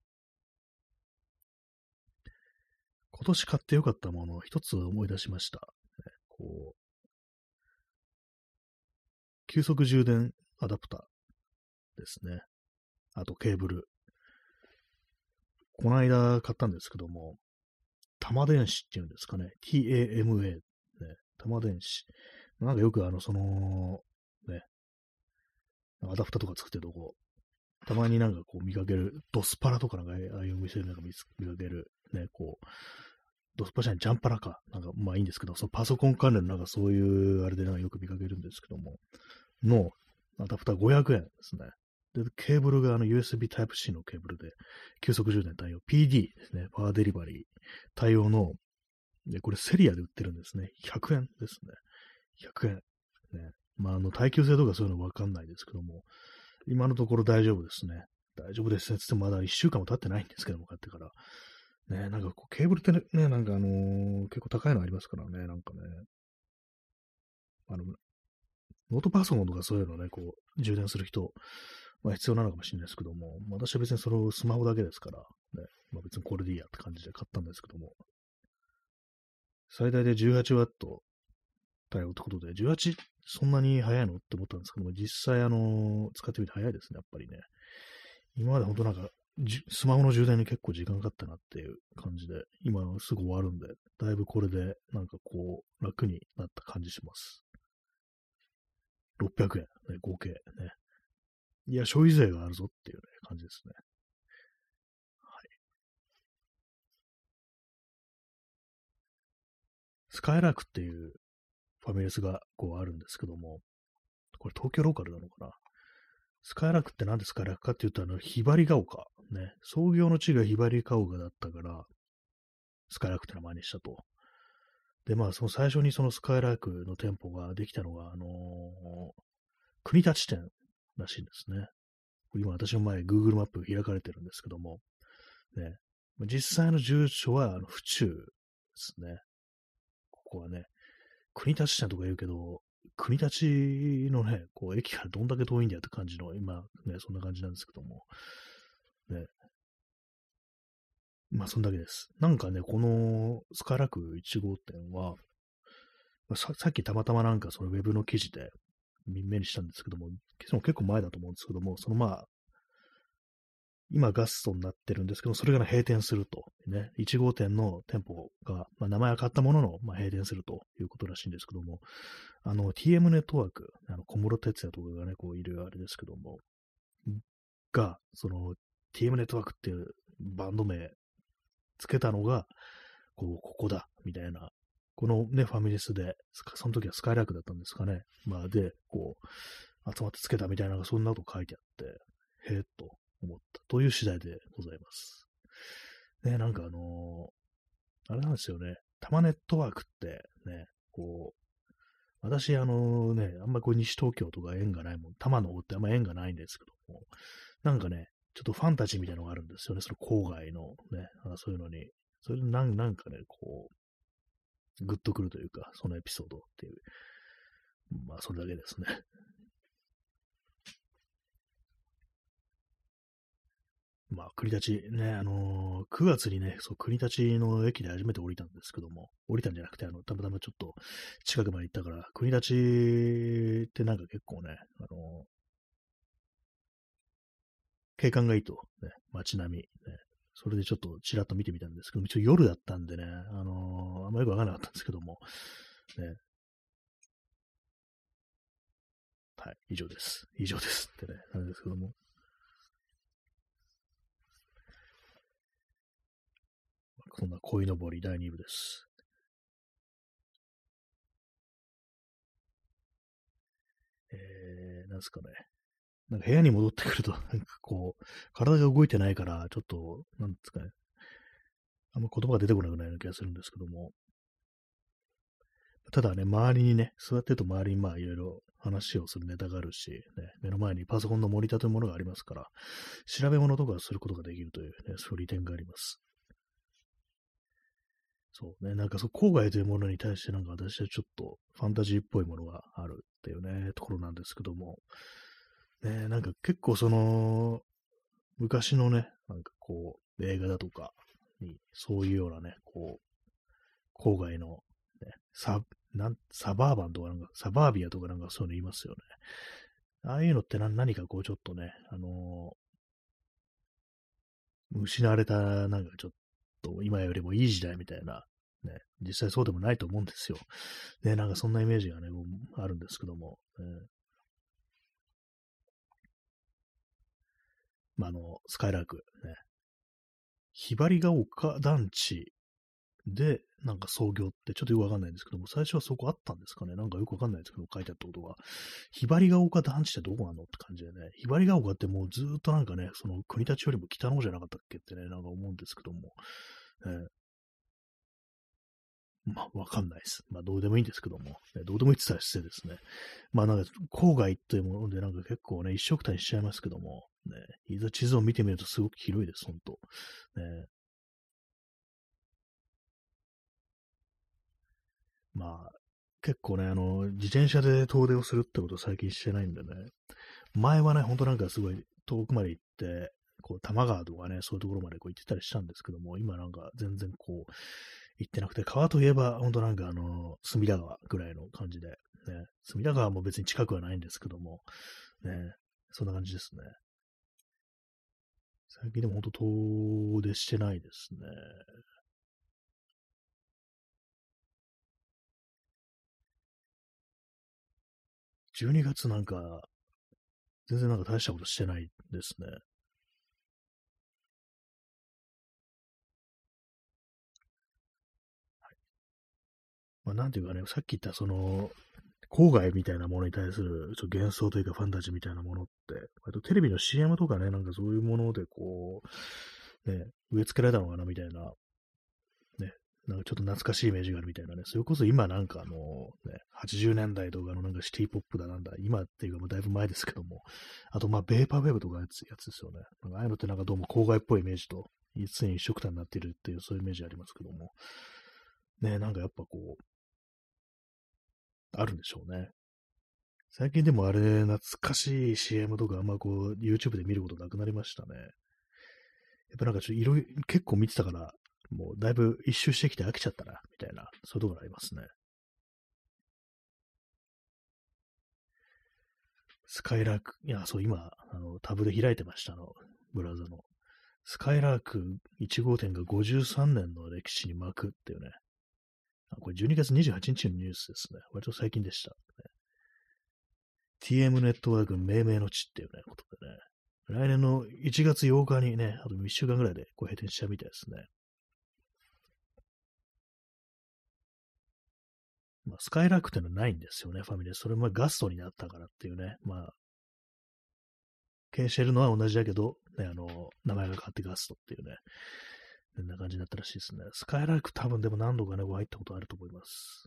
今年買ってよかったものを一つ思い出しました。こう、急速充電アダプターですね。あとケーブル。この間買ったんですけども、玉電子っていうんですかね。TAMA。ね、玉電子。なんかよくね、アダプターとか作ってるとこ、たまになんかこう見かける、ドスパラとかなんか、ああいうお店でなんか見かける、ね、こう、ドスパラじゃない、ジャンパラか。なんか、まあいいんですけど、そのパソコン関連のなんかそういう、あれでなんかよく見かけるんですけども、の、アダプター500円ですね。で、ケーブルがUSB Type-C のケーブルで、急速充電対応、PD ですね、パワーデリバリー対応ので、これセリアで売ってるんですね。100円ですね。100円。ね。まあ、耐久性とかそういうのわかんないですけども、今のところ大丈夫ですね。大丈夫ですね。つってもまだ1週間も経ってないんですけども、買ってから。ね、なんかこうケーブルってね、なんか結構高いのありますからね、なんかね。ノートパソコンとかそういうのね、こう、充電する人は必要なのかもしれないですけども、私は別にそれをスマホだけですから、ね、まあ別にこれでいいやって感じで買ったんですけども、最大で18ワット対応ってことで、18そんなに速いのって思ったんですけども、実際使ってみて速いですね、やっぱりね。今まで本当なんか、スマホの充電に結構時間かかったなっていう感じで、今すぐ終わるんで、だいぶこれでなんかこう、楽になった感じします。600円、ね、合計ね。いや、消費税があるぞっていう、ね、感じですね。はい。スカイラークっていうファミレスがこうあるんですけども、これ東京ローカルなのかな。スカイラークって何でスカイラークかって言うと、ひばりが丘。ね。創業の地がひばりが丘だったから、スカイラークって名前にしたと。で、まあ、その最初にそのスカイラークの店舗ができたのが、国立店らしいんですね。今私の前、Google マップ開かれてるんですけども、ね。実際の住所は、府中ですね。ここはね、国立店とか言うけど、国立のね、こう、駅からどんだけ遠いんだよって感じの、今、ね、そんな感じなんですけども、ね。まあ、そんだけです。なんかね、このスカイラーク1号店は、さっきたまたまなんかそのウェブの記事で目にしたんですけども、結構前だと思うんですけども、そのまあ、今ガストになってるんですけど、それが閉店すると。ね、1号店の店舗が、まあ、名前は変わったものの、まあ、閉店するということらしいんですけども、TM ネットワーク、小室哲哉とかがね、こういるあれですけども、が、その TM ネットワークっていうバンド名つけたのが、ここだ、みたいな。このね、ファミレスで、その時はスカイラークだったんですかね。まあ、で、こう、集まってつけたみたいな、そんなこと書いてあって、へえ、と思ったという次第でございます。ね、なんかあれなんですよね。タマネットワークってね、こう、私、あんまこう西東京とか縁がないもん、多摩の方ってあんま縁がないんですけども、なんかね、ちょっとファンタジーみたいなのがあるんですよね。その郊外のね、そういうのに。それでなんかね、こう、グッとくるというか、そのエピソードっていう。まあ、それだけですね。まあ、国立ね、9月にね、そう、国立の駅で初めて降りたんですけども、降りたんじゃなくて、たまたまちょっと近くまで行ったから、国立ってなんか結構ね、景観がいいと、ね、街並み、ね、それでちょっとちらっと見てみたんですけど、一応夜だったんでね、あんまよくわからなかったんですけども、ね、はい、以上です。以上ですってね、なんですけども。そんな鯉のぼり第2部です。なんですかね。なんか部屋に戻ってくると、なんかこう、体が動いてないから、ちょっと、なんですかね。あんま言葉が出てこなくないような気がするんですけども。ただね、周りにね、座ってると周りにまあいろいろ話をするネタがあるし、ね、目の前にパソコンのモニターというものがありますから、調べ物とかすることができるというね、そういう利点があります。そうね、なんか郊外というものに対してなんか私はちょっとファンタジーっぽいものがあるっていうね、ところなんですけども、ね、なんか結構昔のね、なんかこう、映画だとかに、そういうようなね、こう、郊外の、ね、サバーバンとかなんか、サバービアとかなんかそういうの言いますよね。ああいうのって何かこうちょっとね、失われた、なんかちょっと今よりもいい時代みたいな、ね、実際そうでもないと思うんですよ。ね、なんかそんなイメージがね、あるんですけども、まあ、スカイラーク、ね、ひばりが丘団地で、なんか創業ってちょっとよくわかんないんですけども、最初はそこあったんですかね。なんかよくわかんないですけど、書いてあったことが。ひばりが丘団地ってどこなのって感じでね。ひばりが丘ってもうずーっとなんかね、その国立よりも北の方じゃなかったっけってね、なんか思うんですけども。 まあ、わかんないです。まあ、どうでもいいんですけども、ね、どうでもいいって言ったら失礼ですね。まあ、なんか、郊外っていうもので、なんか結構ね、一緒くたにしちゃいますけども、ね、いざ地図を見てみるとすごく広いです、ほんと。ね、まあ、結構ね、自転車で遠出をするってことを最近してないんでね、前はね、ほんとなんかすごい遠くまで行って、こう、多摩川とかね、そういうところまでこう行ってたりしたんですけども、今なんか全然こう、行ってなくて、川といえば、ほんとなんか隅田川ぐらいの感じで、ね、隅田川も別に近くはないんですけども、ね、そんな感じですね。最近でもほんと遠出してないですね。12月なんか、全然なんか大したことしてないですね。まあ、なんていうかね、さっき言った郊外みたいなものに対するちょっと幻想というかファンタジーみたいなものって、割とテレビの CM とかね、なんかそういうものでこう、ね、植え付けられたのかなみたいな、ね、なんかちょっと懐かしいイメージがあるみたいなね、それこそ今なんかね、80年代とかのなんかシティポップだなんだ、今っていうかもうだいぶ前ですけども、あとまあベーパーウェブとかやつですよね。なんかああいうのってなんかどうも郊外っぽいイメージと、常に一緒くたになっているっていうそういうイメージありますけども、ね、なんかやっぱこう、あるんでしょうね。最近でもあれ、懐かしい CM とかあんまこう、YouTube で見ることなくなりましたね。やっぱなんかちょっといろいろ、結構見てたから、もうだいぶ一周してきて飽きちゃったな、みたいな、そういうところありますね。スカイラーク、いや、そう、今、タブで開いてました、ブラウザの。スカイラーク1号店が53年の歴史に巻くっていうね。これ12月28日のニュースですね。割と最近でした。TM ネットワーク命名の地っていうね、ことでね。来年の1月8日にね、あと1週間ぐらいでこう閉店しちゃうみたいですね。まあ、スカイラークっていうのはないんですよね、ファミレス。それもガストになったからっていうね。まあ、経営してるのは同じだけど、ね、名前が変わってガストっていうね。こんな感じになったらしいですね。スカイラーク多分でも何度かね、入ったことあると思います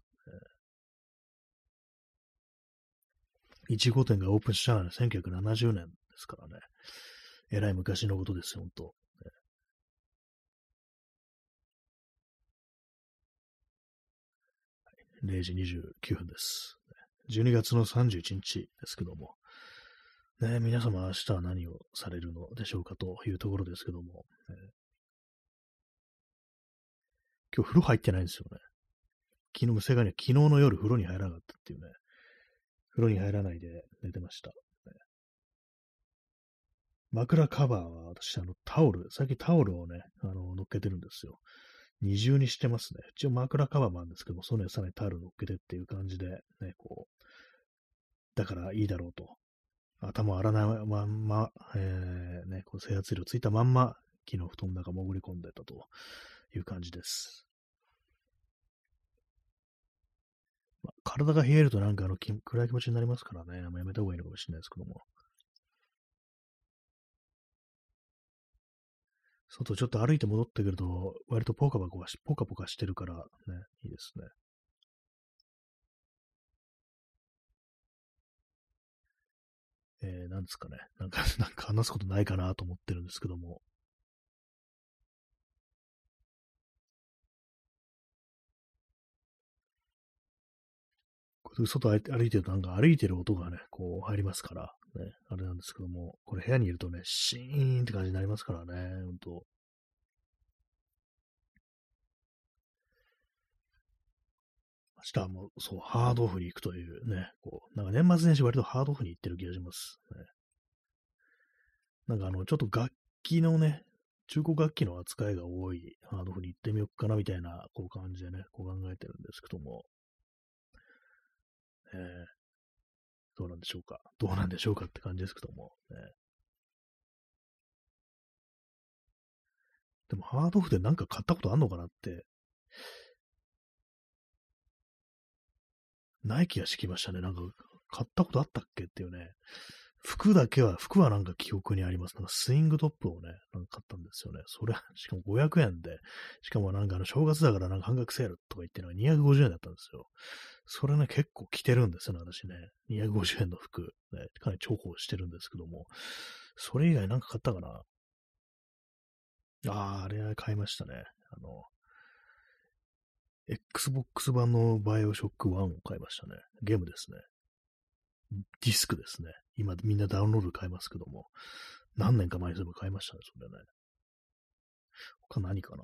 。1号店がオープンしたのは、ね、1970年ですからね。えらい昔のことですよ、ほんと。0時29分です。12月の31日ですけども、ね、皆様明日は何をされるのでしょうかというところですけども、今日風呂入ってないんですよね。昨日、正確には昨日の夜風呂に入らなかったっていうね、風呂に入らないで寝てました。枕カバーは私、タオル、最近タオルをね、乗っけてるんですよ。二重にしてますね。一応枕カバーもあるんですけども、そのさらにタオル乗っけてっていう感じで、ね、こう、だからいいだろうと。頭を洗わないまんま、ね、こう整圧量ついたまんま、昨日布団の中潜り込んでたという感じです。まあ、体が冷えるとなんか暗い気持ちになりますからね、やめた方がいいのかもしれないですけども。外ちょっと歩いて戻ってくると、割とポカポカしてるからね、いいですね。なんですかね。なんか話すことないかなと思ってるんですけども。外歩いてるとなんか歩いてる音がね、こう入りますから、ね、あれなんですけども、これ部屋にいるとね、シーンって感じになりますからね、ほんと。明日はもう、そう、ハードオフに行くというね、こう、なんか年末年始割とハードオフに行ってる気がします。ね、なんかちょっと楽器のね、中古楽器の扱いが多いハードオフに行ってみようかなみたいな、こう感じでね、こう考えてるんですけども、どうなんでしょうか。どうなんでしょうかって感じですけども、ね。でもハードオフでなんか買ったことあんのかなってない気がしてきましたね。なんか、買ったことあったっけっていうね。 服はなんか記憶にあります。なんかスイングトップをね、なんか買ったんですよね。それ、しかも500円で、しかもなんか正月だからなんか半額セールとか言ってのが250円だったんですよ。それね、結構着てるんですよね、私ね。250円の服、ね、かなり重宝してるんですけども。それ以外なんか買ったかな。あれ買いましたね。Xbox 版のバイオショック1を買いましたね。ゲームですね。ディスクですね。今みんなダウンロード買いますけども。何年か前にそういえば買いましたね、それね。他何かな。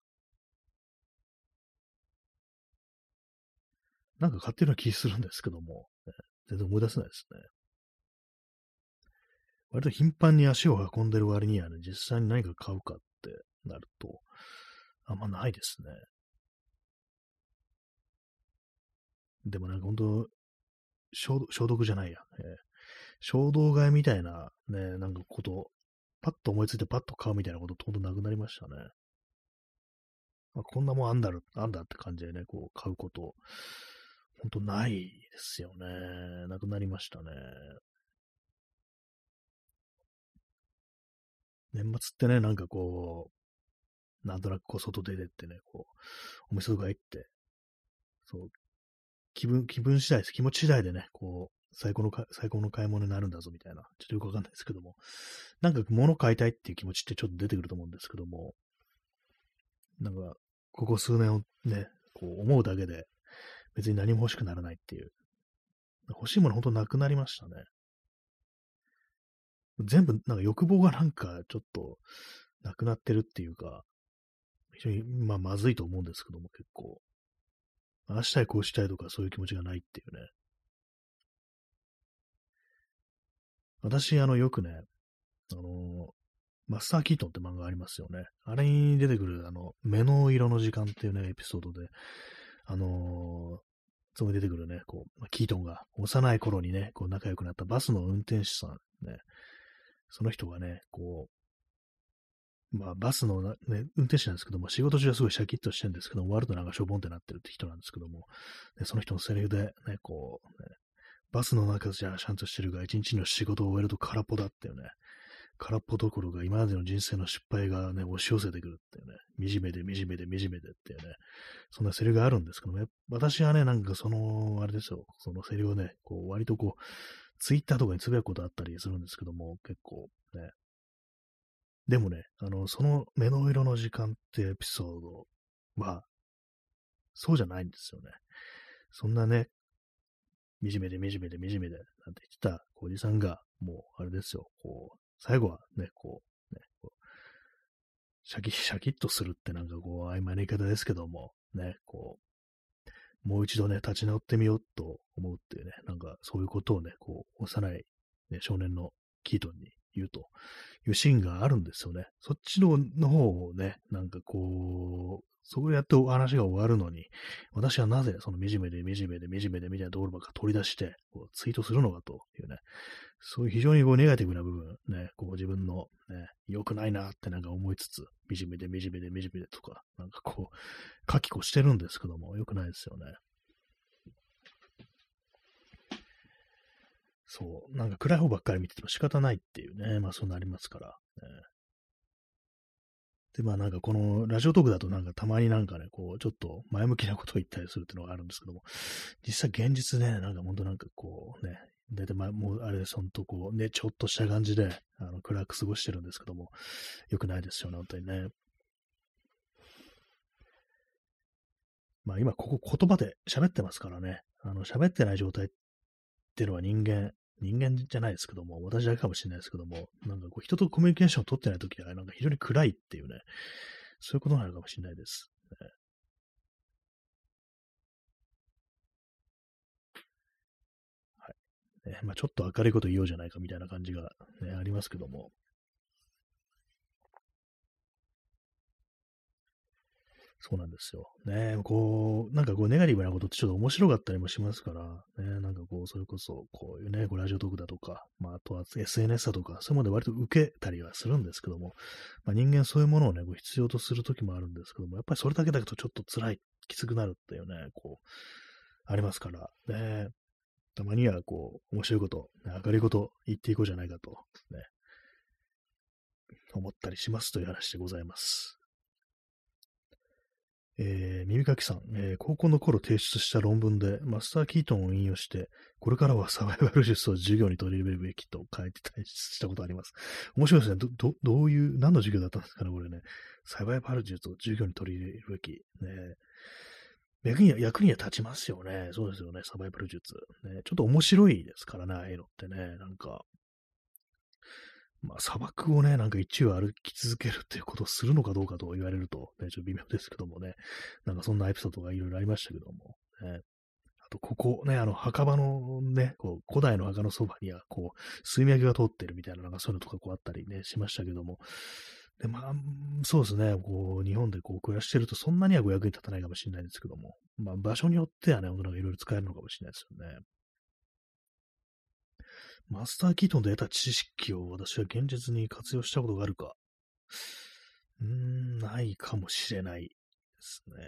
なんか買ってるような気するんですけども、ね、全然思い出せないですね。割と頻繁に足を運んでる割にはね、実際に何か買うかってなると、あんまないですね。でもなんか本当、消毒じゃないや。衝動買いみたいなね、なんかこと、パッと思いついてパッと買うみたいなことってほんとなくなりましたね。こんなもんあんだって感じでね、こう買うこと、ほんとないですよね。なくなりましたね。年末ってね、なんかこう、なんとなくこう外出てってね、こう、お店とか行って、そう、気分次第です。気持ち次第でね、こう、最高の買い物になるんだぞみたいな、ちょっとよくわかんないですけども、なんか物買いたいっていう気持ちってちょっと出てくると思うんですけども、なんか、ここ数年をね、こう思うだけで、別に何も欲しくならないっていう。欲しいものほんとなくなりましたね。全部、なんか欲望がなんかちょっとなくなってるっていうか、非常に、まずいと思うんですけども、結構。ああしたい、こうしたいとかそういう気持ちがないっていうね。私、よくね、あのマスター・キートンって漫画ありますよね。あれに出てくる、目の色の時間っていうね、エピソードで、そこに出てくるね、こう、キートンが幼い頃にね、こう仲良くなったバスの運転手さん、ね、その人がね、こう、バスの、ね、運転手なんですけども、仕事中はすごいシャキッとしてるんですけども、終わるとなんかしょぼんってなってるって人なんですけども、でその人のセリフで、ね、こう、ね、バスの中じゃちゃんとしてるが、一日の仕事を終えると空っぽだっていうね、空っぽどころが今までの人生の失敗がね、押し寄せてくるっていうね、惨めで惨めで惨めでっていうね、そんなセリフがあるんですけども、私はね、なんかあれですよ、そのセリフをね、こう、割とこう、ツイッターとかにつぶやくことあったりするんですけども、結構ね。でもね、その目の色の時間ってエピソードは、そうじゃないんですよね。そんなね、惨めで惨めで惨めで、なんて言ってたおじさんが、もう、あれですよ、こう、最後はね、こうシャキッとするってなんかこう、曖昧な言い方ですけども、ね、こう、もう一度ね、立ち直ってみようと思うっていうね、なんかそういうことをね、こう、幼い、ね、少年のキートンに言うというシーンがあるんですよね。そっちの方をね、なんかこう、そこでやっと話が終わるのに、私はなぜその惨めで惨めで惨めでみたいなところばっか取り出して、こうツイートするのかというね、そういう非常にこうネガティブな部分、ね、こう自分のね、良くないなってなんか思いつつ、惨めで惨めで惨めでとか、なんかこう、書きこしてるんですけども、良くないですよね。そう、なんか暗い方ばっかり見てても仕方ないっていうね、そうなりますから、ね。で、なんかこのラジオトークだとなんかたまになんかね、こう、ちょっと前向きなことを言ったりするっていうのがあるんですけども、実際現実ね、なんか本当なんかこうね、大体もうあれです、本当こうね、ちょっとした感じで、暗く過ごしてるんですけども、良くないですよね、本当にね。今ここ言葉で喋ってますからね、喋ってない状態っていうのは人間じゃないですけども、私だけかもしれないですけども、なんかこう人とコミュニケーションを取ってないときは、なんか非常に暗いっていうね、そういうことなのかもしれないです。はい。ちょっと明るいこと言おうじゃないかみたいな感じが、ね、ありますけども。そうなんですよ。ね、こう、なんかこう、ネガティブなことってちょっと面白かったりもしますから、ね、なんかこう、それこそ、こういうね、こうラジオトークだとか、あとは SNS だとか、そういうもので割と受けたりはするんですけども、人間そういうものをね、こう必要とするときもあるんですけども、やっぱりそれだけだとちょっと辛い、きつくなるっていうね、こう、ありますから、ね。 たまには面白いこと、明るいこと言っていこうじゃないかと、ね、思ったりしますという話でございます。耳かきさん、高校の頃提出した論文でマスター・キートンを引用して、これからはサバイバル術を授業に取り入れるべきと書いてたりしたことあります。面白いですね。どういう、何の授業だったんですかね、これね。サバイバル術を授業に取り入れるべき。ね、役には立ちますよね。そうですよね、サバイバル術。ね、ちょっと面白いですからね、ああいうのってね。なんか、砂漠をね、なんか一応歩き続けるっていうことをするのかどうかと言われると、ね、ちょっと微妙ですけどもね。なんかそんなエピソードがいろいろありましたけども。ね、あと、ここね、墓場のね、古代の墓のそばには、水脈が通ってるみたいな、なんかそういうのとかあったりね、しましたけども。で、そうですね、日本で暮らしてるとそんなには役に立たないかもしれないですけども、場所によってはね、なんかいろいろ使えるのかもしれないですよね。マスターキートンで得た知識を私は現実に活用したことがあるか。ないかもしれないですね。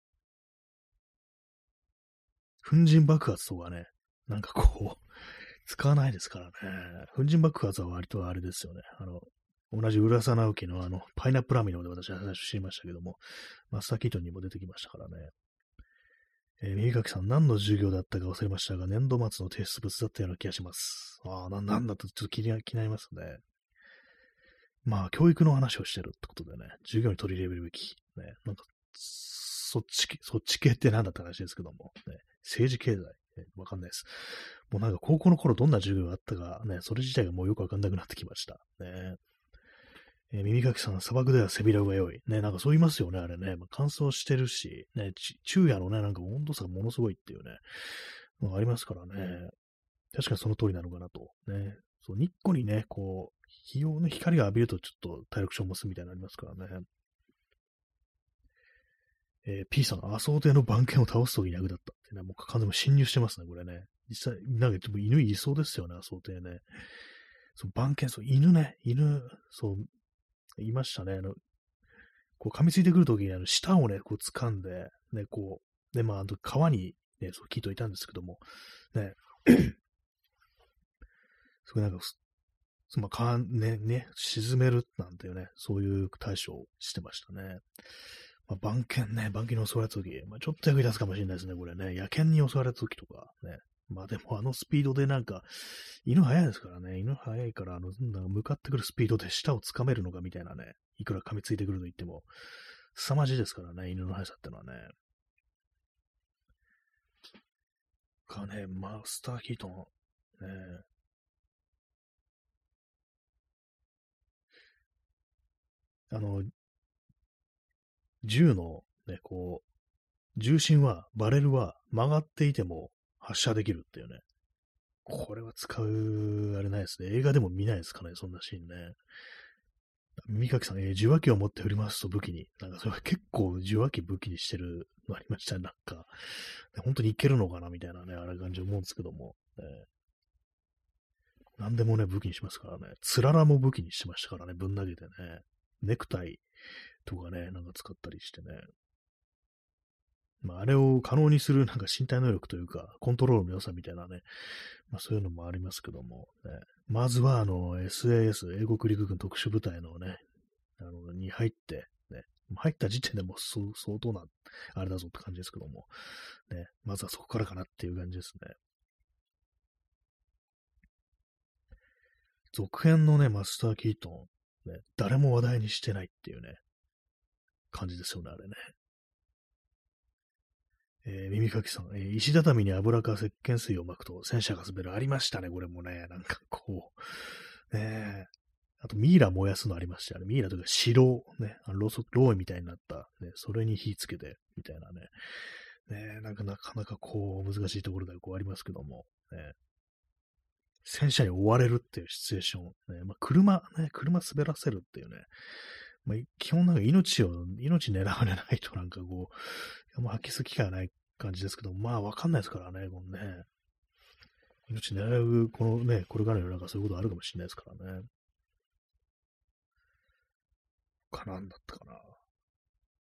粉塵爆発とかね、なんか使わないですからね。粉塵爆発は割とあれですよね。同じ浦沢直樹のパイナップルアミノで私は話を知りましたけども、マスターキートンにも出てきましたからね。耳かきさん、何の授業だったか忘れましたが、年度末の提出物だったような気がします。なんだとちょっと気になりますね。教育の話をしてるってことでね、授業に取り入れるべき。ね、なんか、そっち系って何だった話ですけども、ね、政治経済、わかんないです。もうなんか高校の頃どんな授業があったかね、それ自体がもうよくわかんなくなってきました。ね。耳かきさん、砂漠では背広が良い。ね、なんかそう言いますよね、あれね。乾燥してるし、ね、昼夜のね、なんか温度差がものすごいっていうね、のがありますからね。確かにその通りなのかなと。ね。そう、日光にね、光が浴びるとちょっと体力消耗するみたいになりますからね。P さん、麻生亭の番犬を倒すときに役立ったってね、もう完全に侵入してますね、これね。実際、なんかでも犬いそうですよね、麻生亭ね。そう、番犬、そう、犬、そう、いましたね。噛みついてくるときに、舌をね、掴んで、ね、で、川に、ね、そう、木といたんですけども、ね、すごいなんか、沈めるなんていうね、そういう対処をしてましたね。番犬に襲われたとき、ちょっと役に立つかもしれないですね、これね。野犬に襲われたときとか、ね。でもスピードでなんか、犬速いですからね。犬速いから、なんか向かってくるスピードで舌を掴めるのかみたいなね。いくら噛みついてくると言っても、凄まじいですからね、犬の速さってのはね。マスターキートン、ね。銃のね、重心は、バレルは曲がっていても発射できるっていうね。これは使う、あれないですね。映画でも見ないですかね、そんなシーンね。耳かきさん、受話器を持って振り回すと武器に。なんかそれは結構受話器武器にしてるのありましたね。なんか、本当にいけるのかなみたいなね、あれ感じ思うんですけども。何でもね、武器にしますからね。つららも武器にしてましたからね、ぶん投げてね。ネクタイとかね、なんか使ったりしてね。あれを可能にするなんか身体能力というか、コントロールの良さみたいなね、そういうのもありますけども、ね、まずはSAS、英国陸軍特殊部隊のね、に入って、ね、入った時点でもう相当な、あれだぞって感じですけども、ね、まずはそこからかなっていう感じですね。続編のね、マスター・キートン、ね、誰も話題にしてないっていうね、感じですよね、あれね。耳かきさん、石畳に油か石鹸水を巻くと戦車が滑る。ありましたね、これもね。なんかねえ。あと、ミイラ燃やすのありましたよね。ミイラというか、白、ね、ろうみたいになった、ね、それに火つけて、みたいなね。ねえ、なかなか難しいところでありますけども、ね、戦車に追われるっていうシチュエーション。ね、車滑らせるっていうね。基本なんか命狙われないとなんか発揮する機会はない感じですけど、わかんないですからね、命狙う、これからの世の中そういうことあるかもしれないですからね。なんだったかな。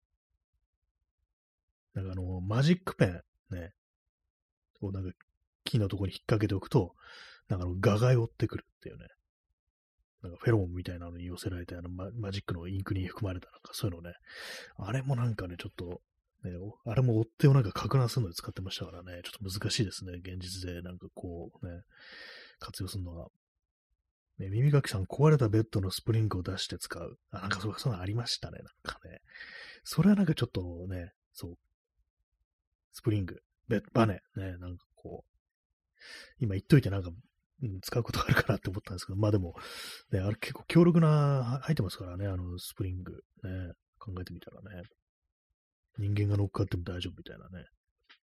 なんかマジックペン、ね、なんか、 木のところに引っ掛けておくと、なんか蛾が寄ってくるっていうね。なんかフェロモンみたいなのに寄せられて、マジックのインクに含まれた、なんかそういうのね。あれもなんかね、ちょっと、ね、あれも追っ手をなんか攪乱するのに使ってましたからね、ちょっと難しいですね。現実でなんかこうね、活用するのが。ね、耳かきさん、壊れたベッドのスプリングを出して使う。なんかそういうのありましたね。なんかね。それはなんかちょっとね、そう。スプリング、バネ、ね、なんかこう、今言っといてなんか、使うことあるかなって思ったんですけど、まあでも、ね、あれ結構強力な、入ってますからね、スプリング。ね、考えてみたらね。人間が乗っかっても大丈夫みたいなね。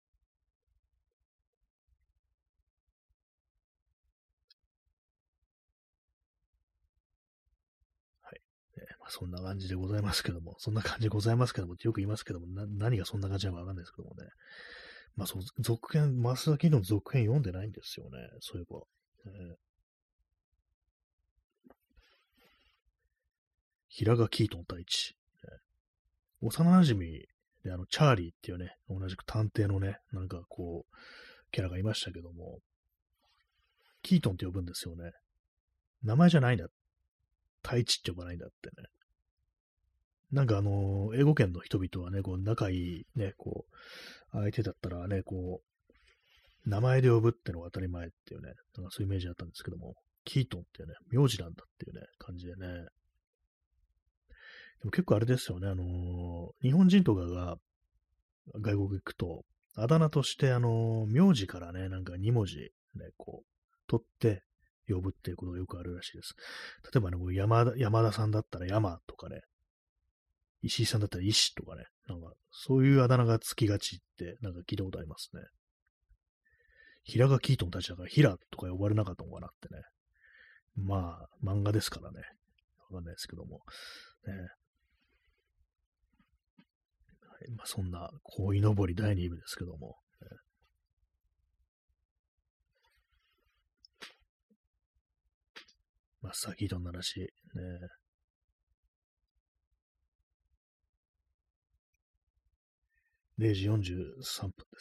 はい。まあ、そんな感じでございますけども、そんな感じでございますけども、よく言いますけども、何がそんな感じなのかわかんないですけどもね。まあそう、続編、マスダキの続編読んでないんですよね、そういえば。平賀キートン太一。幼馴染で、チャーリーっていうね、同じく探偵のね、なんかこう、キャラがいましたけども、キートンって呼ぶんですよね。名前じゃないんだ。太一って呼ばないんだってね。なんか英語圏の人々はね、こう、仲いいね、こう、相手だったらね、こう、名前で呼ぶってのが当たり前っていうね、なんかそういうイメージだったんですけども、キートンっていうね、名字なんだっていうね、感じでね。でも結構あれですよね、日本人とかが外国行くと、あだ名として、名字からね、なんか2文字ね、こう、取って呼ぶっていうことがよくあるらしいです。例えばね、こう山田さんだったら山とかね、石井さんだったら石とかね、なんか、そういうあだ名がつきがちって、なんか聞いたことありますね。平賀キートンたちだから平とか呼ばれなかったのかなってね。まあ、漫画ですからね。わかんないですけども。ね、まあ、そんな、鯉のぼり第2部ですけども。まあ、サキートンの話、ね。0時43分です。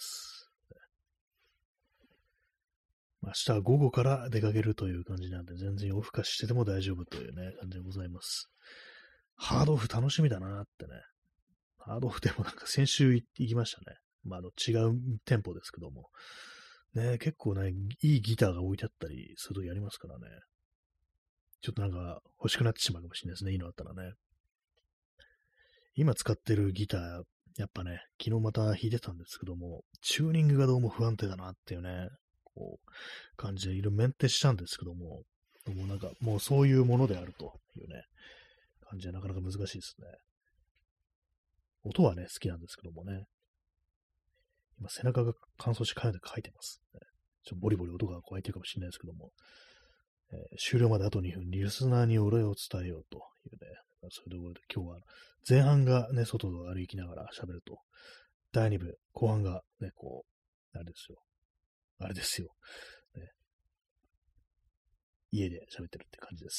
明日は午後から出かけるという感じなんで、全然夜更かししてても大丈夫というね、感じでございます。ハードオフ楽しみだなってね。ハードオフでもなんか先週行きましたね。まあ、違う店舗ですけども。ね、結構ね、いいギターが置いてあったりするときありますからね。ちょっとなんか欲しくなってしまうかもしれないですね。いいのあったらね。今使ってるギター、やっぱね、昨日また弾いてたんですけども、チューニングがどうも不安定だなっていうね、こう、感じでいろいろメンテしたんですけども、もうなんか、もうそういうものであるというね、感じでなかなか難しいですね。音はね、好きなんですけどもね。今背中が乾燥しかねて書いてます、ね。ボリボリ音が入ってるかもしれないですけども、終了まであと2分、リスナーにお礼を伝えようというね、そういうところで今日は前半がね、外を歩きながら喋ると、第2部、後半がね、こう、あれですよ。あれですよ。ね、家で喋ってるって感じです。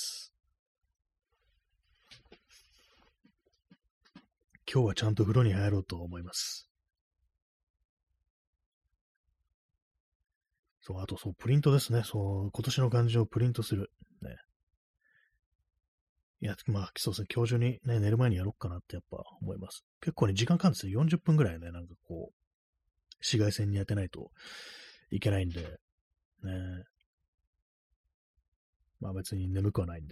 今日はちゃんと風呂に入ろうと思います。そう、あとそう、プリントですね。そう、今年の漢字をプリントする。ね。いや、まあ、そうですね。今日中にね、寝る前にやろうかなってやっぱ思います。結構ね、時間かかるんですよ。40分ぐらいね、なんかこう、紫外線に当てないといけないんで、ね。まあ別に眠くはないんで。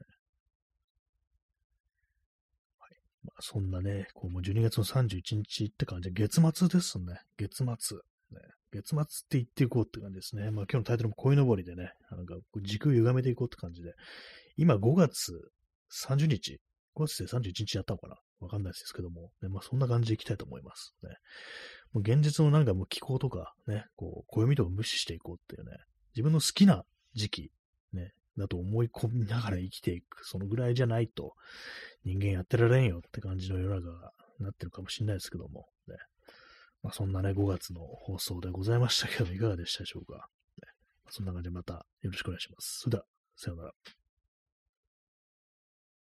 はい。まあそんなね、こうもう12月の31日って感じで、月末ですね。月末。ね、月末って言っていこうって感じですね。まあ今日のタイトルも鯉のぼりでね、なんか時空歪めていこうって感じで。今5月30日、5月で31日やったのかなわかんないですけども、ね、まあそんな感じでいきたいと思います。ね。もう現実のなんかもう気候とかね、こう、暦とか無視していこうっていうね、自分の好きな時期、ね、だと思い込みながら生きていく、そのぐらいじゃないと人間やってられんよって感じの世の中がなってるかもしれないですけども、ね。まあそんなね、5月の放送でございましたけど、いかがでしたでしょうか。ね、そんな感じでまたよろしくお願いします。それでは、さようなら。